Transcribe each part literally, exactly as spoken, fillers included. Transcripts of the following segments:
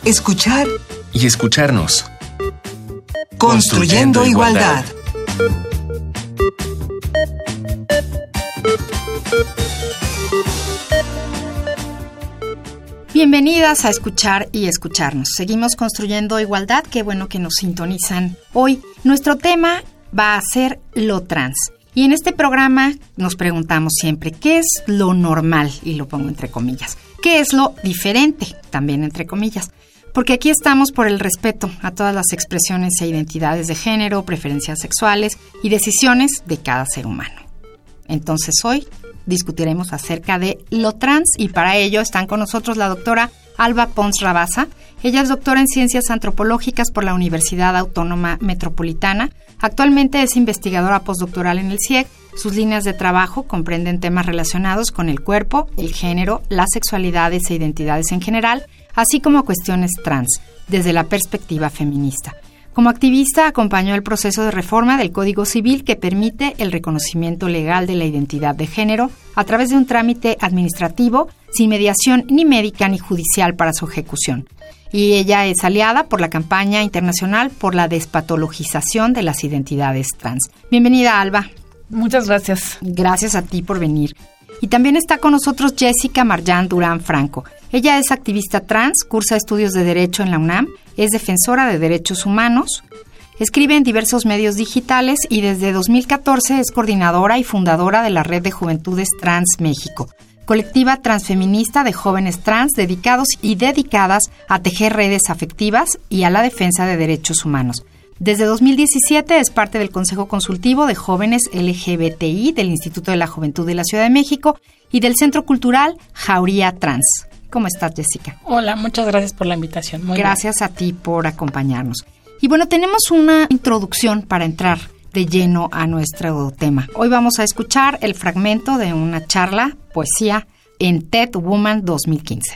escuchar y escucharnos. Construyendo, Construyendo igualdad. Bienvenidas a Escuchar y Escucharnos. Seguimos construyendo igualdad. Qué bueno que nos sintonizan hoy. Nuestro tema va a ser lo trans. Y en este programa nos preguntamos siempre, ¿qué es lo normal? Y lo pongo entre comillas. ¿Qué es lo diferente? También entre comillas. Porque aquí estamos por el respeto a todas las expresiones e identidades de género, preferencias sexuales y decisiones de cada ser humano. Entonces hoy discutiremos acerca de lo trans y para ello están con nosotros la doctora Alba Pons Rabasa. Ella es doctora en Ciencias Antropológicas por la Universidad Autónoma Metropolitana. Actualmente es investigadora postdoctoral en el C I E C. Sus líneas de trabajo comprenden temas relacionados con el cuerpo, el género, las sexualidades e identidades en general, así como cuestiones trans, desde la perspectiva feminista. Como activista, acompañó el proceso de reforma del Código Civil que permite el reconocimiento legal de la identidad de género a través de un trámite administrativo sin mediación ni médica ni judicial para su ejecución. Y ella es aliada por la campaña internacional por la despatologización de las identidades trans. Bienvenida, Alba. Muchas gracias. Gracias a ti por venir. Y también está con nosotros Jessica Marjan Durán Franco. Ella es activista trans, cursa estudios de Derecho en la UNAM, es defensora de derechos humanos, escribe en diversos medios digitales y desde dos mil catorce es coordinadora y fundadora de la Red de Juventudes Trans México, colectiva transfeminista de jóvenes trans dedicados y dedicadas a tejer redes afectivas y a la defensa de derechos humanos. Desde dos mil diecisiete es parte del Consejo Consultivo de Jóvenes L G B T I del Instituto de la Juventud de la Ciudad de México y del Centro Cultural Jauría Trans. ¿Cómo estás, Jessica? Hola, muchas gracias por la invitación. Muy gracias bien. a ti por acompañarnos. Y bueno, tenemos una introducción para entrar de lleno a nuestro tema. Hoy vamos a escuchar el fragmento de una charla, poesía, en TED Woman dos mil quince.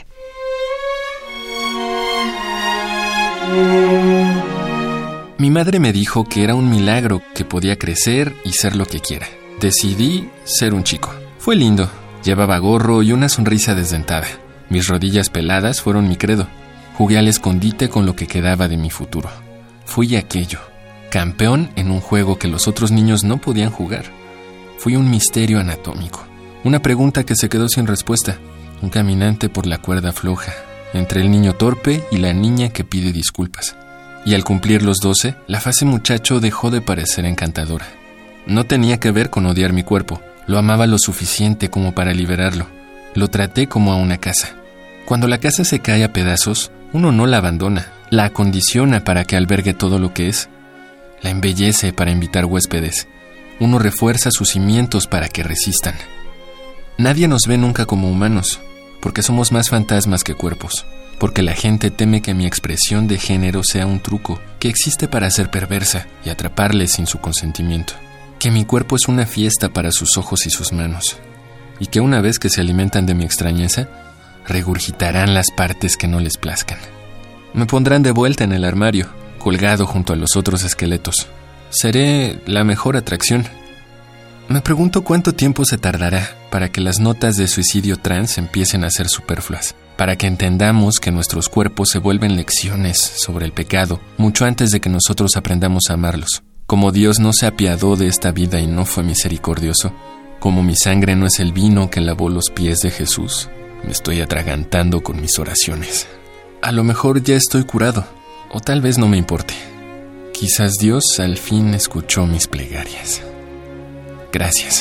Mi madre me dijo que era un milagro que podía crecer y ser lo que quiera. Decidí ser un chico. Fue lindo. Llevaba gorro y una sonrisa desdentada. Mis rodillas peladas fueron mi credo. Jugué al escondite con lo que quedaba de mi futuro. Fui aquello, campeón en un juego que los otros niños no podían jugar. Fui un misterio anatómico, una pregunta que se quedó sin respuesta, un caminante por la cuerda floja, entre el niño torpe y la niña que pide disculpas. Y al cumplir los doce, la fase muchacho dejó de parecer encantadora. No tenía que ver con odiar mi cuerpo, lo amaba lo suficiente como para liberarlo. Lo traté como a una casa. Cuando la casa se cae a pedazos, uno no la abandona, la acondiciona para que albergue todo lo que es. La embellece para invitar huéspedes. Uno refuerza sus cimientos para que resistan. Nadie nos ve nunca como humanos, porque somos más fantasmas que cuerpos, porque la gente teme que mi expresión de género sea un truco que existe para ser perversa y atraparle sin su consentimiento, que mi cuerpo es una fiesta para sus ojos y sus manos, y que una vez que se alimentan de mi extrañeza, regurgitarán las partes que no les plazcan. Me pondrán de vuelta en el armario, colgado junto a los otros esqueletos. Seré la mejor atracción. Me pregunto cuánto tiempo se tardará para que las notas de suicidio trans empiecen a ser superfluas, para que entendamos que nuestros cuerpos se vuelven lecciones sobre el pecado mucho antes de que nosotros aprendamos a amarlos. Como Dios no se apiadó de esta vida y no fue misericordioso, como mi sangre no es el vino que lavó los pies de Jesús, me estoy atragantando con mis oraciones. A lo mejor ya estoy curado, o tal vez no me importe. Quizás Dios al fin escuchó mis plegarias. Gracias.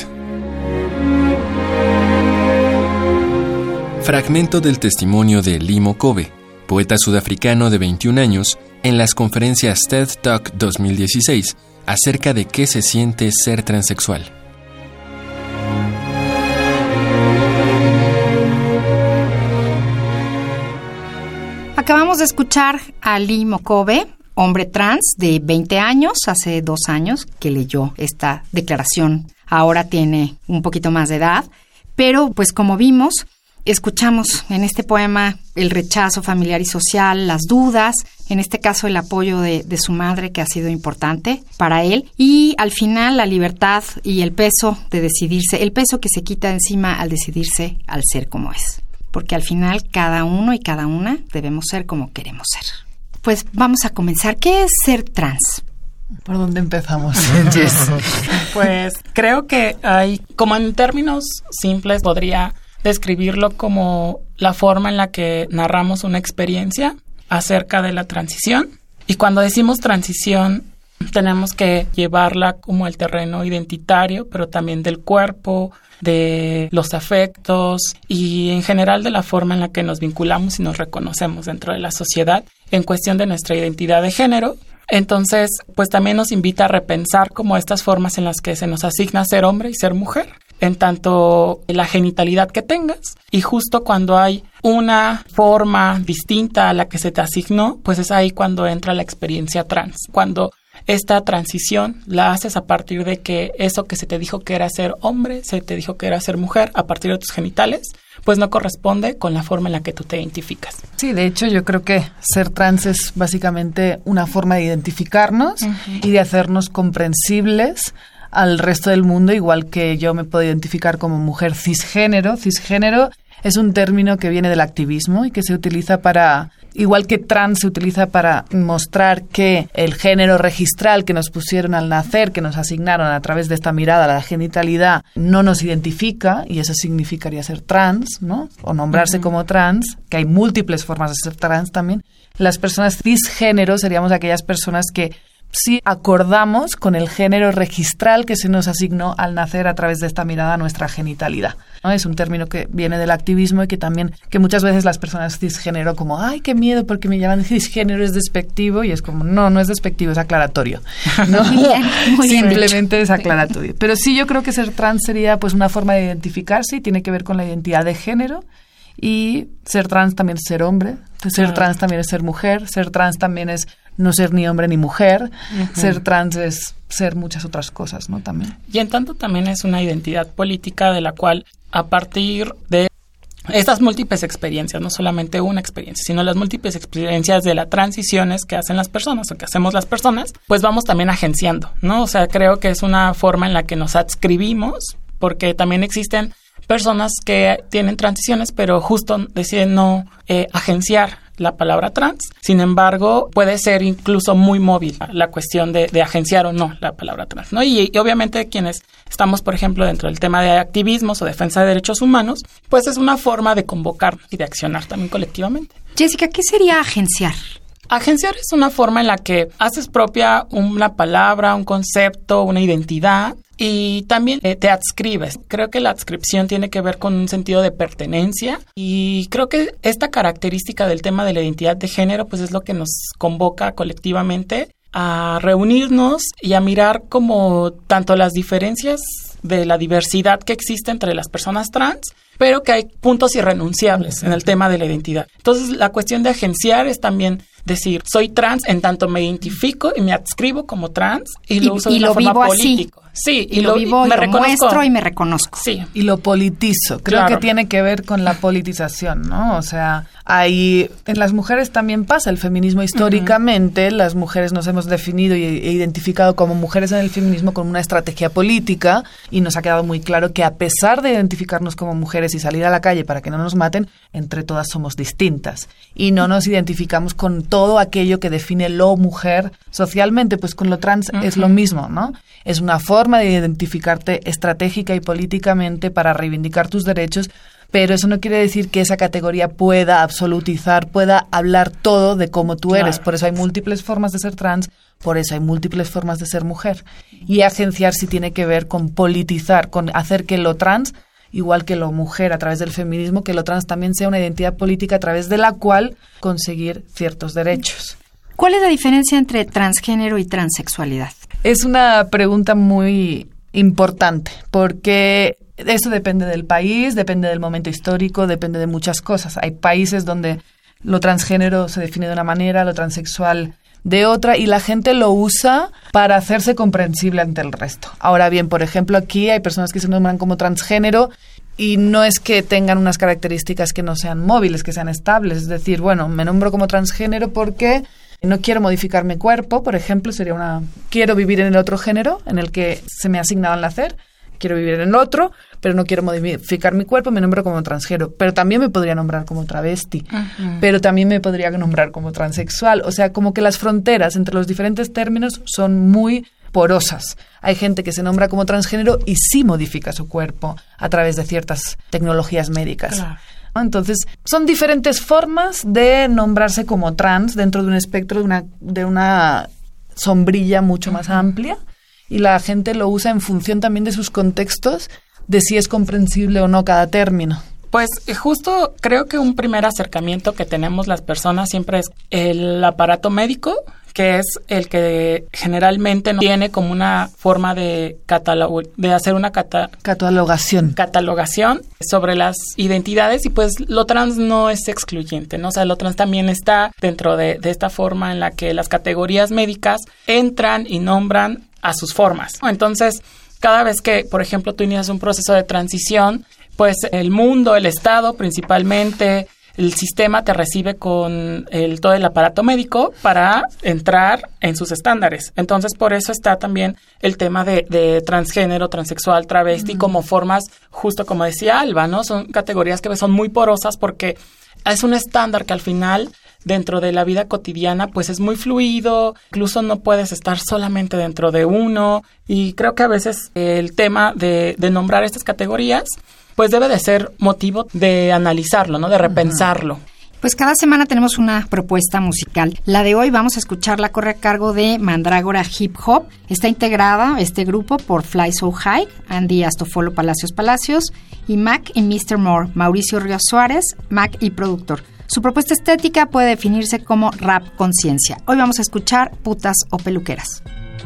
Fragmento del testimonio de Lee Mokobe, poeta sudafricano de veintiún años, en las conferencias TED Talk dos mil dieciséis, acerca de qué se siente ser transexual. Acabamos de escuchar a Lee Mokobe, hombre trans de veinte años, hace dos años que leyó esta declaración. Ahora tiene un poquito más de edad, pero pues como vimos, escuchamos en este poema el rechazo familiar y social, las dudas, en este caso el apoyo de, de su madre, que ha sido importante para él, y al final la libertad y el peso de decidirse, el peso que se quita encima al decidirse al ser como es. porque al final cada uno y cada una debemos ser como queremos ser. Pues vamos a comenzar. ¿Qué es ser trans? ¿Por dónde empezamos, Jess? Pues creo que hay, como en términos simples, podría describirlo como la forma en la que narramos una experiencia acerca de la transición. Y cuando decimos transición, tenemos que llevarla como al terreno identitario, pero también del cuerpo, de los afectos y en general de la forma en la que nos vinculamos y nos reconocemos dentro de la sociedad en cuestión de nuestra identidad de género. Entonces, pues también nos invita a repensar como estas formas en las que se nos asigna ser hombre y ser mujer, en tanto la genitalidad que tengas, y justo cuando hay una forma distinta a la que se te asignó, pues es ahí cuando entra la experiencia trans, cuando esta transición la haces a partir de que eso que se te dijo que era ser hombre, se te dijo que era ser mujer a partir de tus genitales, pues no corresponde con la forma en la que tú te identificas. Sí, de hecho yo creo que ser trans es básicamente una forma de identificarnos uh-huh. y de hacernos comprensibles al resto del mundo, igual que yo me puedo identificar como mujer cisgénero. Cisgénero es un término que viene del activismo y que se utiliza para, igual que trans se utiliza para mostrar que el género registral que nos pusieron al nacer, que nos asignaron a través de esta mirada, la genitalidad, no nos identifica, y eso significaría ser trans, ¿no? O nombrarse uh-huh. como trans, que hay múltiples formas de ser trans también. Las personas cisgénero seríamos aquellas personas que sí acordamos con el género registral que se nos asignó al nacer a través de esta mirada a nuestra genitalidad, ¿no? Es un término que viene del activismo y que también, que muchas veces las personas cisgénero como, ay, qué miedo porque me llaman cisgénero, es despectivo, y es como, no, no es despectivo, es aclaratorio, ¿no? Bien, muy simplemente bien. Es aclaratorio. Pero sí, yo creo que ser trans sería pues una forma de identificarse y tiene que ver con la identidad de género. Y ser trans también es ser hombre, ser claro. trans también es ser mujer, ser trans también es no ser ni hombre ni mujer, uh-huh. ser trans es ser muchas otras cosas, ¿no? También. Y en tanto también es una identidad política de la cual, a partir de estas múltiples experiencias, no solamente una experiencia, sino las múltiples experiencias de las transiciones que hacen las personas o que hacemos las personas, pues vamos también agenciando, ¿no? O sea, creo que es una forma en la que nos adscribimos, porque también existen personas que tienen transiciones, pero justo deciden no eh, agenciar la palabra trans. Sin embargo, puede ser incluso muy móvil la cuestión de, de agenciar o no la palabra trans, ¿no? Y, y obviamente quienes estamos, por ejemplo, dentro del tema de activismos o defensa de derechos humanos, pues es una forma de convocarnos y de accionar también colectivamente. Jessica, ¿qué sería agenciar? Agenciar es una forma en la que haces propia una palabra, un concepto, una identidad y también eh, te adscribes. Creo que la adscripción tiene que ver con un sentido de pertenencia y creo que esta característica del tema de la identidad de género pues es lo que nos convoca colectivamente a reunirnos y a mirar como tanto las diferencias de la diversidad que existe entre las personas trans, pero que hay puntos irrenunciables en el tema de la identidad. Entonces, la cuestión de agenciar es también decir, soy trans en tanto me identifico y me adscribo como trans y lo y, uso de y una lo forma vivo política. Así. Sí, y, y lo vivo, y, me y lo muestro y me reconozco. Sí. Y lo politizo. Creo claro. que tiene que ver con la politización, ¿no? O sea, ahí en las mujeres también pasa el feminismo históricamente. Uh-huh. Las mujeres nos hemos definido y e identificado como mujeres en el feminismo con una estrategia política y nos ha quedado muy claro que a pesar de identificarnos como mujeres y salir a la calle para que no nos maten, entre todas somos distintas y no nos identificamos con todo aquello que define lo mujer socialmente. Pues con lo trans uh-huh. es lo mismo, ¿no? Es una forma de identificarte estratégica y políticamente para reivindicar tus derechos, pero eso no quiere decir que esa categoría pueda absolutizar, pueda hablar todo de cómo tú eres. Claro. Por eso hay múltiples formas de ser trans, por eso hay múltiples formas de ser mujer. Y agenciar sí tiene que ver con politizar, con hacer que lo trans, igual que lo mujer a través del feminismo, que lo trans también sea una identidad política a través de la cual conseguir ciertos derechos. ¿Cuál es la diferencia entre transgénero y transexualidad? Es una pregunta muy importante porque eso depende del país, depende del momento histórico, depende de muchas cosas. Hay países donde lo transgénero se define de una manera, lo transexual de otra, y la gente lo usa para hacerse comprensible ante el resto. Ahora bien, por ejemplo, aquí hay personas que se nombran como transgénero y no es que tengan unas características que no sean móviles, que sean estables. Es decir, bueno, me nombro como transgénero porque no quiero modificar mi cuerpo, por ejemplo, sería una... Quiero vivir en el otro género, en el que se me ha asignado al nacer. quiero vivir en el otro, pero no quiero modificar mi cuerpo, me nombro como transgénero. Pero también me podría nombrar como travesti, uh-huh. pero también me podría nombrar como transexual. O sea, como que las fronteras entre los diferentes términos son muy porosas. Hay gente que se nombra como transgénero y sí modifica su cuerpo a través de ciertas tecnologías médicas. Claro. Entonces, son diferentes formas de nombrarse como trans dentro de un espectro de una, de una sombrilla mucho más uh-huh. amplia, y la gente lo usa en función también de sus contextos, de si es comprensible o no cada término. Pues justo creo que un primer acercamiento que tenemos las personas siempre es el aparato médico, que es el que generalmente no tiene como una forma de catalogo, de hacer una cata, catalogación. catalogación sobre las identidades, y pues lo trans no es excluyente, ¿no? O sea, lo trans también está dentro de, de esta forma en la que las categorías médicas entran y nombran a sus formas, ¿no? Entonces, cada vez que, por ejemplo, tú inicias un proceso de transición, pues el mundo, el Estado principalmente, el sistema te recibe con el, todo el aparato médico para entrar en sus estándares. Entonces, por eso está también el tema de, de transgénero, transexual, travesti, uh-huh. como formas, justo como decía Alba, ¿no? Son categorías que son muy porosas porque es un estándar que al final, dentro de la vida cotidiana, pues es muy fluido, incluso no puedes estar solamente dentro de uno, y creo que a veces el tema de, de nombrar estas categorías pues debe de ser motivo de analizarlo, ¿no? De repensarlo. Pues cada semana tenemos una propuesta musical. La de hoy vamos a escucharla, corre a cargo de Mandrágora Hip Hop. Está integrada este grupo por Fly So High, Andy Astofolo Palacios Palacios y Mac y mister Moore, Mauricio Ríos Suárez, Mac y productor. Su propuesta estética puede definirse como rap conciencia. Hoy vamos a escuchar Putas o Peluqueras.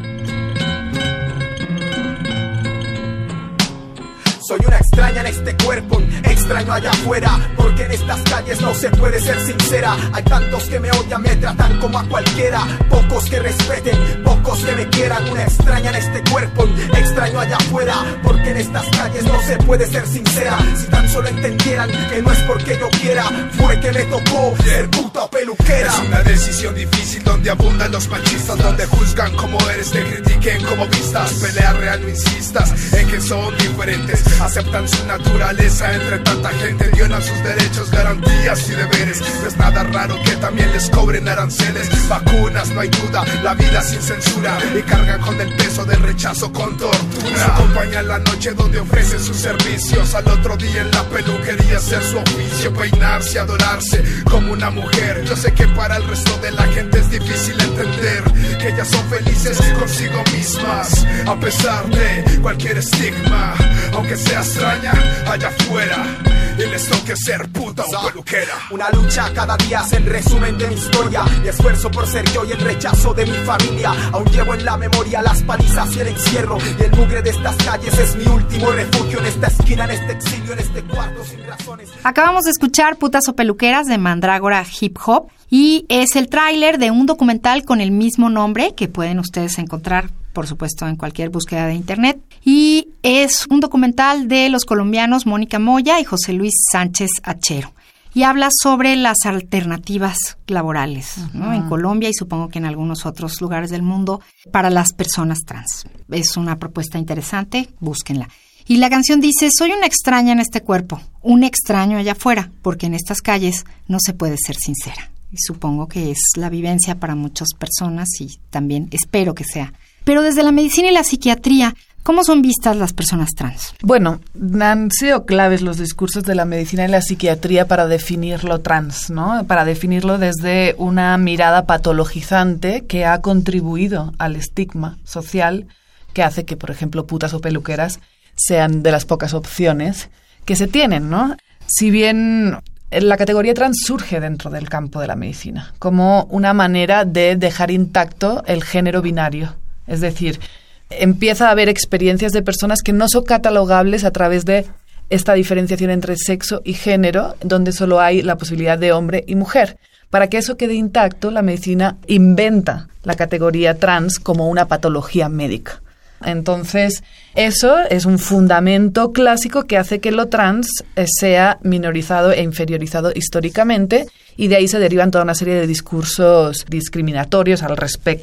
Soy una extraña en este cuerpo, extraño allá afuera, porque en estas calles no se puede ser sincera. Hay tantos que me odian, me tratan como a cualquiera, pocos que respeten, pocos que me quieran. Una extraña en este cuerpo, extraño allá afuera, porque en estas calles no se puede ser sincera. Si tan solo entendieran que no es porque yo quiera, fue que me tocó ser puta o peluquera. Es una decisión difícil donde abundan los machistas, donde juzgan como eres, te critiquen como vistas. Pelea real, no insistas en que son diferentes. Aceptan su naturaleza entre tanta gente, violan sus derechos, garantías y deberes. No es nada raro que también les cobren aranceles. Vacunas, no hay duda, la vida sin censura, y cargan con el peso del rechazo con tortura. Acompañan la noche donde ofrecen sus servicios, al otro día en la peluquería hacer su oficio, peinarse, adorarse como una mujer. Yo sé que para el resto de la gente es difícil entender que ellas son felices consigo mismas, a pesar de cualquier estigma, aunque sea extraña allá afuera y les toque ser puta o peluquera. Una lucha cada día es el resumen de mi historia, y esfuerzo por ser yo y el rechazo de mi familia. Aún llevo en la memoria las palizas y el encierro, y el mugre de estas calles es mi último refugio. En esta esquina, en este exilio, en este cuarto sin razones. Acabamos de escuchar Putas o Peluqueras de Mandrágora Hip Hop, y es el tráiler de un documental con el mismo nombre que pueden ustedes encontrar, por supuesto, en cualquier búsqueda de internet. Y es un documental de los colombianos Mónica Moya y José Luis Sánchez Achero. Y habla sobre las alternativas laborales, ¿no? Uh-huh. En Colombia y supongo que en algunos otros lugares del mundo para las personas trans. Es una propuesta interesante, búsquenla. Y la canción dice: soy una extraña en este cuerpo, un extraño allá afuera, porque en estas calles no se puede ser sincera. Y supongo que es la vivencia para muchas personas y también espero que sea. Pero desde la medicina y la psiquiatría, ¿cómo son vistas las personas trans? Bueno, han sido claves los discursos de la medicina y la psiquiatría para definir lo trans, ¿no? Para definirlo desde una mirada patologizante que ha contribuido al estigma social que hace que, por ejemplo, putas o peluqueras sean de las pocas opciones que se tienen, ¿no? Si bien la categoría trans surge dentro del campo de la medicina como una manera de dejar intacto el género binario. Es decir, empieza a haber experiencias de personas que no son catalogables a través de esta diferenciación entre sexo y género, donde solo hay la posibilidad de hombre y mujer. Para que eso quede intacto, la medicina inventa la categoría trans como una patología médica. Entonces, eso es un fundamento clásico que hace que lo trans sea minorizado e inferiorizado históricamente, y de ahí se derivan toda una serie de discursos discriminatorios al respecto.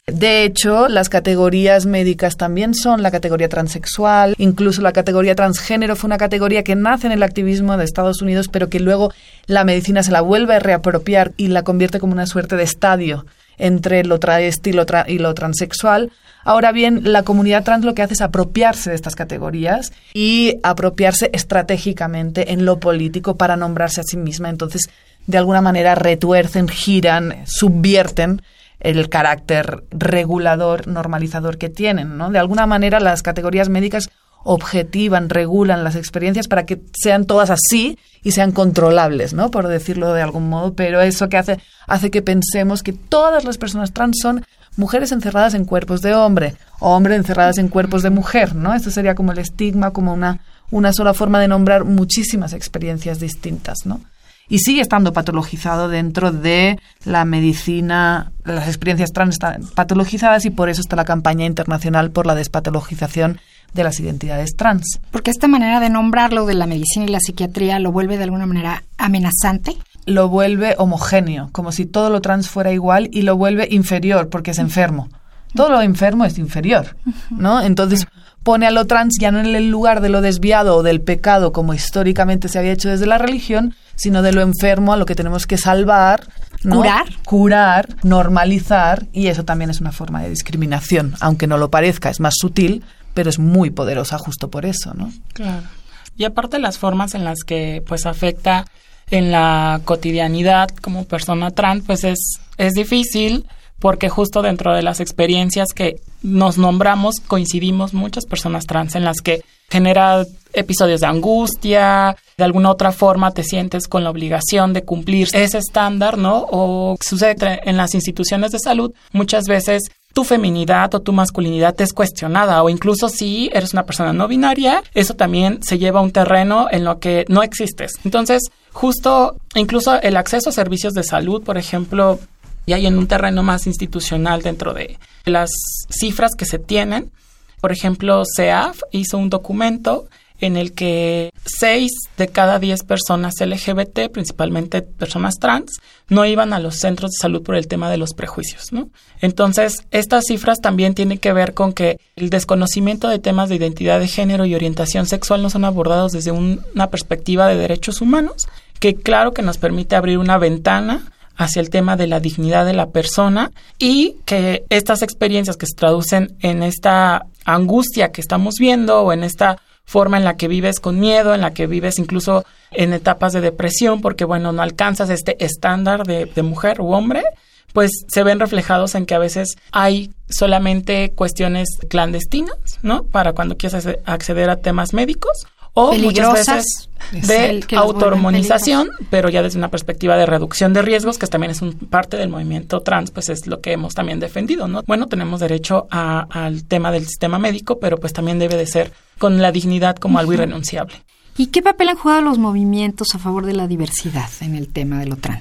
De hecho, las categorías médicas también son la categoría transexual, incluso la categoría transgénero fue una categoría que nace en el activismo de Estados Unidos, pero que luego la medicina se la vuelve a reapropiar y la convierte como una suerte de estadio entre lo travesti y lo, tra- y lo transexual. Ahora bien, la comunidad trans lo que hace es apropiarse de estas categorías y apropiarse estratégicamente en lo político para nombrarse a sí misma. Entonces, de alguna manera retuercen, giran, subvierten el carácter regulador, normalizador que tienen, ¿no? De alguna manera las categorías médicas objetivan, regulan las experiencias para que sean todas así y sean controlables, ¿no? Por decirlo de algún modo, pero eso que hace, hace que pensemos que todas las personas trans son mujeres encerradas en cuerpos de hombre, o hombres encerradas en cuerpos de mujer, ¿no? Esto sería como el estigma, como una, una sola forma de nombrar muchísimas experiencias distintas, ¿no? Y sigue estando patologizado dentro de la medicina, las experiencias trans están patologizadas y por eso está la campaña internacional por la despatologización de las identidades trans. Porque esta manera de nombrarlo de la medicina y la psiquiatría lo vuelve de alguna manera amenazante. Lo vuelve homogéneo, como si todo lo trans fuera igual, y lo vuelve inferior porque es enfermo. Todo lo enfermo es inferior, ¿no? Entonces pone a lo trans ya no en el lugar de lo desviado o del pecado como históricamente se había hecho desde la religión, sino de lo enfermo a lo que tenemos que salvar, ¿no? Curar. Curar, normalizar, y eso también es una forma de discriminación, aunque no lo parezca, es más sutil, pero es muy poderosa justo por eso, ¿no? Claro. Y aparte las formas en las que pues afecta en la cotidianidad como persona trans, pues es, es difícil, porque justo dentro de las experiencias que nos nombramos coincidimos muchas personas trans en las que genera episodios de angustia, de alguna otra forma te sientes con la obligación de cumplir ese estándar, ¿no? O sucede en las instituciones de salud, muchas veces tu feminidad o tu masculinidad es cuestionada, o incluso si eres una persona no binaria, eso también se lleva a un terreno en lo que no existes. Entonces, justo incluso el acceso a servicios de salud, por ejemplo, y hay en un terreno más institucional dentro de las cifras que se tienen. Por ejemplo, C E A F hizo un documento en el que seis de cada diez personas L G B T, principalmente personas trans, no iban a los centros de salud por el tema de los prejuicios, ¿no? Entonces, estas cifras también tienen que ver con que el desconocimiento de temas de identidad de género y orientación sexual no son abordados desde un, una perspectiva de derechos humanos, que claro que nos permite abrir una ventana hacia el tema de la dignidad de la persona, y que estas experiencias que se traducen en esta angustia que estamos viendo o en esta forma en la que vives con miedo, en la que vives incluso en etapas de depresión porque, bueno, no alcanzas este estándar de, de mujer u hombre, pues se ven reflejados en que a veces hay solamente cuestiones clandestinas, ¿no? Para cuando quieres acceder a temas médicos, o muchas veces de autohormonización, pero ya desde una perspectiva de reducción de riesgos, que también es un parte del movimiento trans, pues es lo que hemos también defendido, ¿no? Bueno, tenemos derecho a, al tema del sistema médico, pero pues también debe de ser con la dignidad como uh-huh. algo irrenunciable. ¿Y qué papel han jugado los movimientos a favor de la diversidad en el tema de lo trans?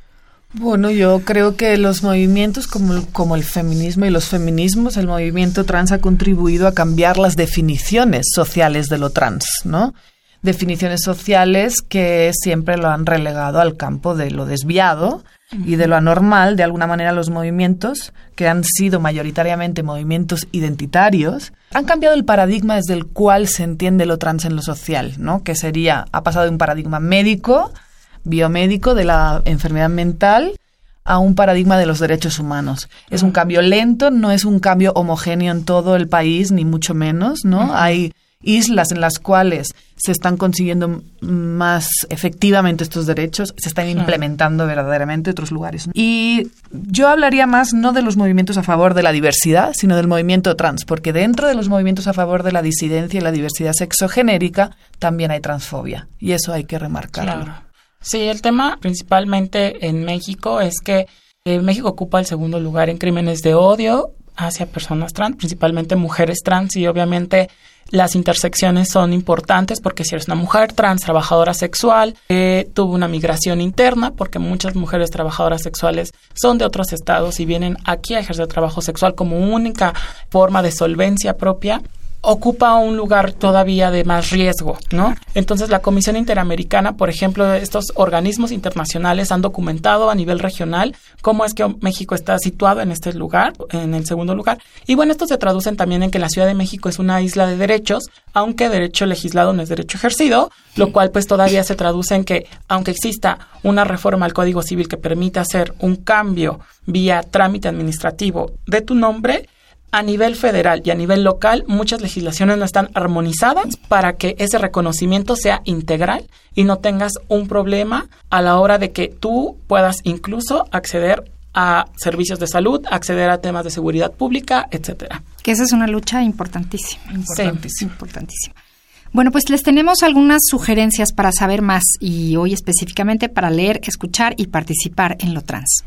Bueno, yo creo que los movimientos como, como el feminismo y los feminismos, el movimiento trans ha contribuido a cambiar las definiciones sociales de lo trans, ¿no? Definiciones sociales que siempre lo han relegado al campo de lo desviado uh-huh. y de lo anormal. De alguna manera los movimientos, que han sido mayoritariamente movimientos identitarios, han cambiado el paradigma desde el cual se entiende lo trans en lo social, ¿no? Que sería, ha pasado de un paradigma médico, biomédico de la enfermedad mental a un paradigma de los derechos humanos. Uh-huh. Es un cambio lento, no es un cambio homogéneo en todo el país, ni mucho menos, ¿no? Uh-huh. Hay islas en las cuales se están consiguiendo más efectivamente estos derechos, se están implementando uh-huh. verdaderamente en otros lugares, ¿no? Y yo hablaría más no de los movimientos a favor de la diversidad, sino del movimiento trans, porque dentro de los movimientos a favor de la disidencia y la diversidad sexogenérica también hay transfobia, y eso hay que remarcarlo. Claro. Sí, el tema principalmente en México es que eh, México ocupa el segundo lugar en crímenes de odio hacia personas trans, principalmente mujeres trans, y obviamente las intersecciones son importantes porque si eres una mujer trans, trabajadora sexual, eh, tuvo una migración interna, porque muchas mujeres trabajadoras sexuales son de otros estados y vienen aquí a ejercer trabajo sexual como única forma de solvencia propia. ocupa un lugar todavía de más riesgo, ¿no? Entonces, la Comisión Interamericana, por ejemplo, estos organismos internacionales han documentado a nivel regional cómo es que México está situado en este lugar, en el segundo lugar. Y bueno, esto se traduce también en que la Ciudad de México es una isla de derechos, aunque derecho legislado no es derecho ejercido, lo cual pues todavía se traduce en que, aunque exista una reforma al Código Civil que permita hacer un cambio vía trámite administrativo de tu nombre, a nivel federal y a nivel local, muchas legislaciones no están armonizadas para que ese reconocimiento sea integral y no tengas un problema a la hora de que tú puedas incluso acceder a servicios de salud, acceder a temas de seguridad pública, etcétera. Que esa es una lucha importantísima. Importantísima. Sí, importantísima. Bueno, pues les tenemos algunas sugerencias para saber más y hoy específicamente para leer, escuchar y participar en lo trans.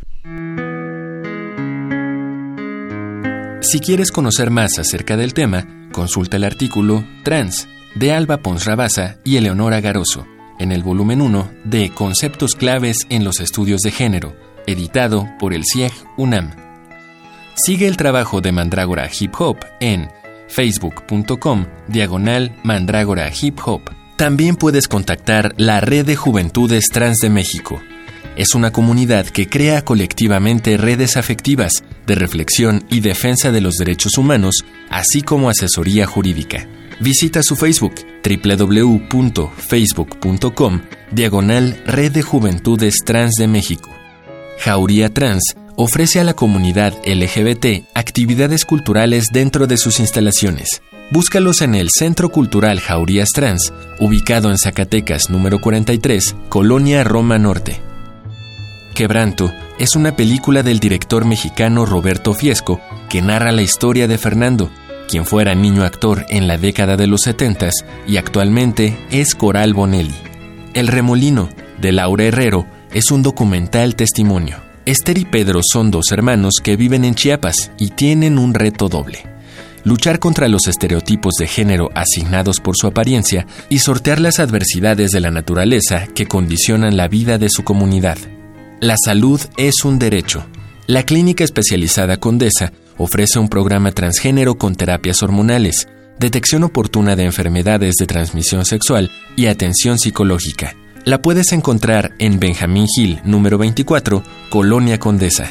Si quieres conocer más acerca del tema, consulta el artículo Trans de Alba Pons Rabasa y Eleonora Garoso en el volumen uno de Conceptos claves en los estudios de género, editado por el C I E G UNAM. Sigue el trabajo de Mandrágora Hip Hop en facebook.com diagonal Mandrágora Hip Hop. También puedes contactar la Red de Juventudes Trans de México. Es una comunidad que crea colectivamente redes afectivas de reflexión y defensa de los derechos humanos, así como asesoría jurídica. Visita su Facebook www.facebook.com diagonal Red de Juventudes Trans de México. Jauría Trans ofrece a la comunidad L G B T actividades culturales dentro de sus instalaciones. Búscalos en el Centro Cultural Jaurías Trans, ubicado en Zacatecas número cuarenta y tres, Colonia Roma Norte. Quebranto es una película del director mexicano Roberto Fiesco que narra la historia de Fernando, quien fuera niño actor en la década de los setentas y actualmente es Coral Bonelli. El Remolino, de Laura Herrero, es un documental testimonio. Esther y Pedro son dos hermanos que viven en Chiapas y tienen un reto doble: luchar contra los estereotipos de género asignados por su apariencia y sortear las adversidades de la naturaleza que condicionan la vida de su comunidad. La salud es un derecho. La Clínica Especializada Condesa ofrece un programa transgénero con terapias hormonales, detección oportuna de enfermedades de transmisión sexual y atención psicológica. La puedes encontrar en Benjamín Gil, número veinticuatro, Colonia Condesa.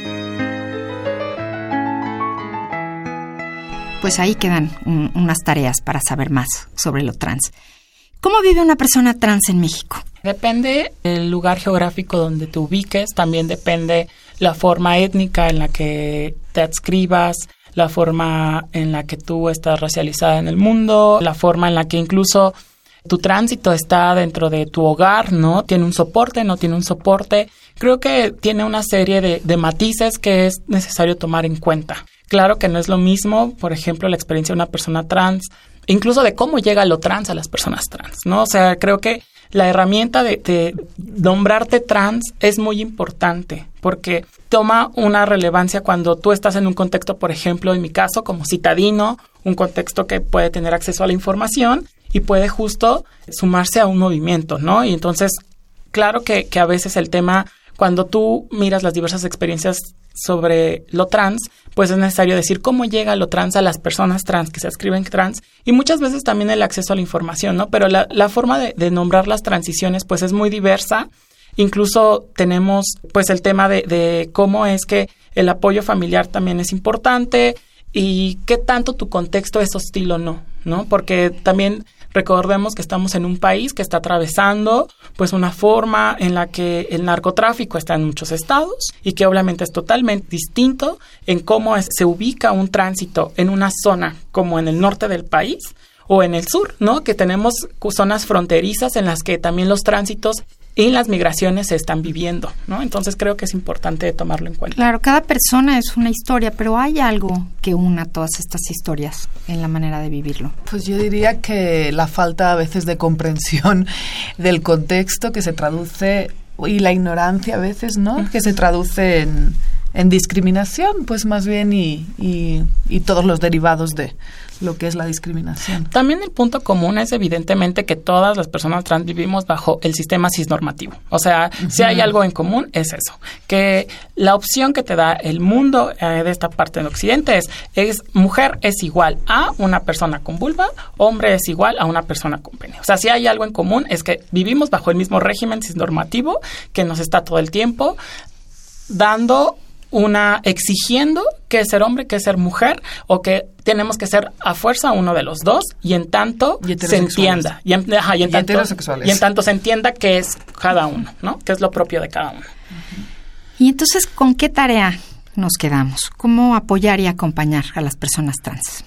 Pues ahí quedan un, unas tareas para saber más sobre lo trans. ¿Cómo vive una persona trans en México? Depende del lugar geográfico donde te ubiques, también depende la forma étnica en la que te adscribas, la forma en la que tú estás racializada en el mundo, la forma en la que incluso tu tránsito está dentro de tu hogar, ¿no? Tiene un soporte, no tiene un soporte. Creo que tiene una serie de, de matices que es necesario tomar en cuenta. Claro que no es lo mismo, por ejemplo, la experiencia de una persona trans, incluso de cómo llega lo trans a las personas trans, ¿no? O sea, creo que la herramienta de, de nombrarte trans es muy importante porque toma una relevancia cuando tú estás en un contexto, por ejemplo, en mi caso, como citadino, un contexto que puede tener acceso a la información y puede justo sumarse a un movimiento, ¿no? Y entonces, claro que, que a veces el tema, cuando tú miras las diversas experiencias sobre lo trans, pues es necesario decir cómo llega lo trans a las personas trans que se escriben trans y muchas veces también el acceso a la información, ¿no? Pero la, la forma de, de nombrar las transiciones pues es muy diversa. Incluso tenemos pues el tema de, de cómo es que el apoyo familiar también es importante y qué tanto tu contexto es hostil o no, ¿no? Porque también recordemos que estamos en un país que está atravesando pues una forma en la que el narcotráfico está en muchos estados y que obviamente es totalmente distinto en cómo es, se ubica un tránsito en una zona como en el norte del país o en el sur, ¿no? Que tenemos zonas fronterizas en las que también los tránsitos y las migraciones se están viviendo, ¿no? Entonces creo que es importante tomarlo en cuenta. Claro, cada persona es una historia, pero hay algo que una todas estas historias en la manera de vivirlo. Pues yo diría que la falta a veces de comprensión del contexto que se traduce, y la ignorancia a veces, ¿no? Que se traduce en, en discriminación, pues más bien y, y, y todos los derivados de lo que es la discriminación. También el punto común es evidentemente que todas las personas trans vivimos bajo el sistema cisnormativo. O sea, uh-huh. si hay algo en común es eso, que la opción que te da el mundo eh, de esta parte del occidente es, es mujer es igual a una persona con vulva, hombre es igual a una persona con pene. O sea, si hay algo en común es que vivimos bajo el mismo régimen cisnormativo que nos está todo el tiempo dando una, exigiendo que es ser hombre, que es ser mujer, o que tenemos que ser a fuerza uno de los dos, y en tanto y se entienda. Y en, ajá, y en y tanto, heterosexuales. Y en tanto se entienda qué es cada uno, ¿no? Qué es lo propio de cada uno. Uh-huh. Y entonces, ¿con qué tarea nos quedamos? ¿Cómo apoyar y acompañar a las personas trans?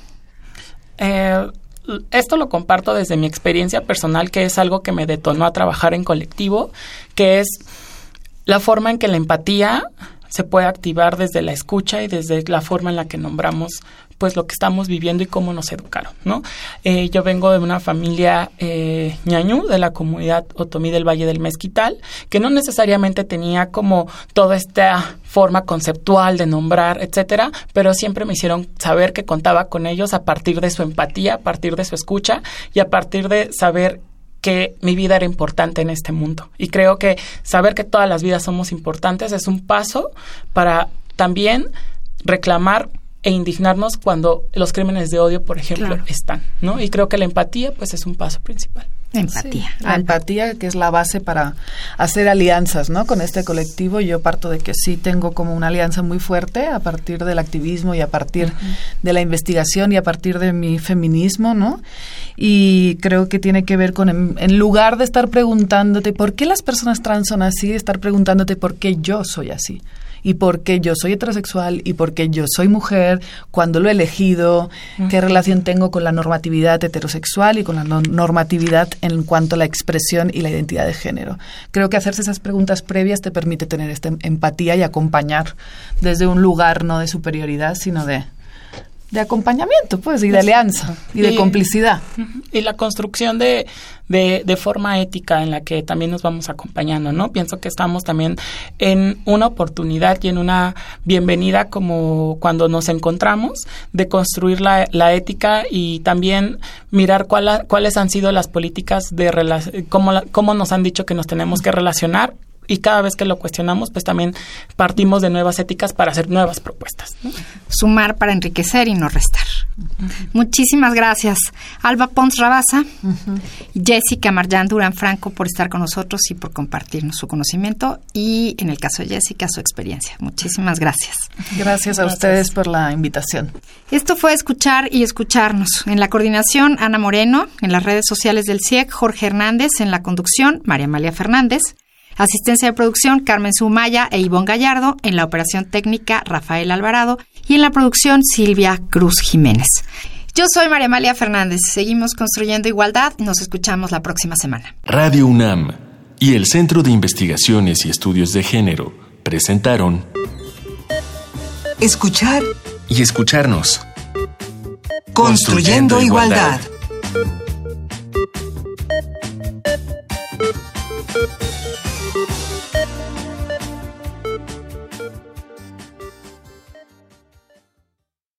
Eh... Esto lo comparto desde mi experiencia personal, que es algo que me detonó a trabajar en colectivo, que es la forma en que la empatía se puede activar desde la escucha y desde la forma en la que nombramos pues lo que estamos viviendo y cómo nos educaron, ¿no? Eh, yo vengo de una familia eh, ñañú, de la comunidad otomí del Valle del Mezquital, que no necesariamente tenía como toda esta forma conceptual de nombrar, etcétera, pero siempre me hicieron saber que contaba con ellos a partir de su empatía, a partir de su escucha y a partir de saber que mi vida era importante en este mundo. Y creo que saber que todas las vidas somos importantes es un paso para también reclamar e indignarnos cuando los crímenes de odio, por ejemplo, claro. están, ¿no? Y creo que la empatía, pues, es un paso principal. Empatía. Sí, la empatía, que es la base para hacer alianzas, ¿no? Con este colectivo yo parto de que sí tengo como una alianza muy fuerte a partir del activismo y a partir uh-huh. de la investigación y a partir de mi feminismo, ¿no? Y creo que tiene que ver con, en, en lugar de estar preguntándote por qué las personas trans son así, estar preguntándote por qué yo soy así. Y por qué yo soy heterosexual y por qué yo soy mujer, cuándo lo he elegido, uh-huh. qué relación tengo con la normatividad heterosexual y con la no- normatividad en cuanto a la expresión y la identidad de género. Creo que hacerse esas preguntas previas te permite tener esta empatía y acompañar desde un lugar no de superioridad, sino de, de acompañamiento, pues, y de alianza y de y, complicidad. Y la construcción de, de, de forma ética en la que también nos vamos acompañando, ¿no? Pienso que estamos también en una oportunidad y en una bienvenida como cuando nos encontramos de construir la, la ética y también mirar cuál ha, cuáles han sido las políticas de relación, cómo, la, cómo nos han dicho que nos tenemos que relacionar. Y cada vez que lo cuestionamos, pues también partimos de nuevas éticas para hacer nuevas propuestas, ¿no? Sumar para enriquecer y no restar. Uh-huh. Muchísimas gracias, Alba Pons Rabasa, uh-huh. y Jessica Marjan Durán Franco, por estar con nosotros y por compartirnos su conocimiento y, en el caso de Jessica, su experiencia. Muchísimas gracias. Gracias a gracias. ustedes por la invitación. Esto fue Escuchar y Escucharnos. En la coordinación, Ana Moreno. En las redes sociales del C I E C, Jorge Hernández. En la conducción, María Amalia Fernández. Asistencia de producción, Carmen Sumaya e Ivonne Gallardo. En la operación técnica, Rafael Alvarado. Y en la producción, Silvia Cruz Jiménez. Yo soy María Amalia Fernández. Seguimos construyendo igualdad. Nos escuchamos la próxima semana. Radio UNAM y el Centro de Investigaciones y Estudios de Género presentaron Escuchar y escucharnos. Construyendo, Construyendo igualdad. igualdad.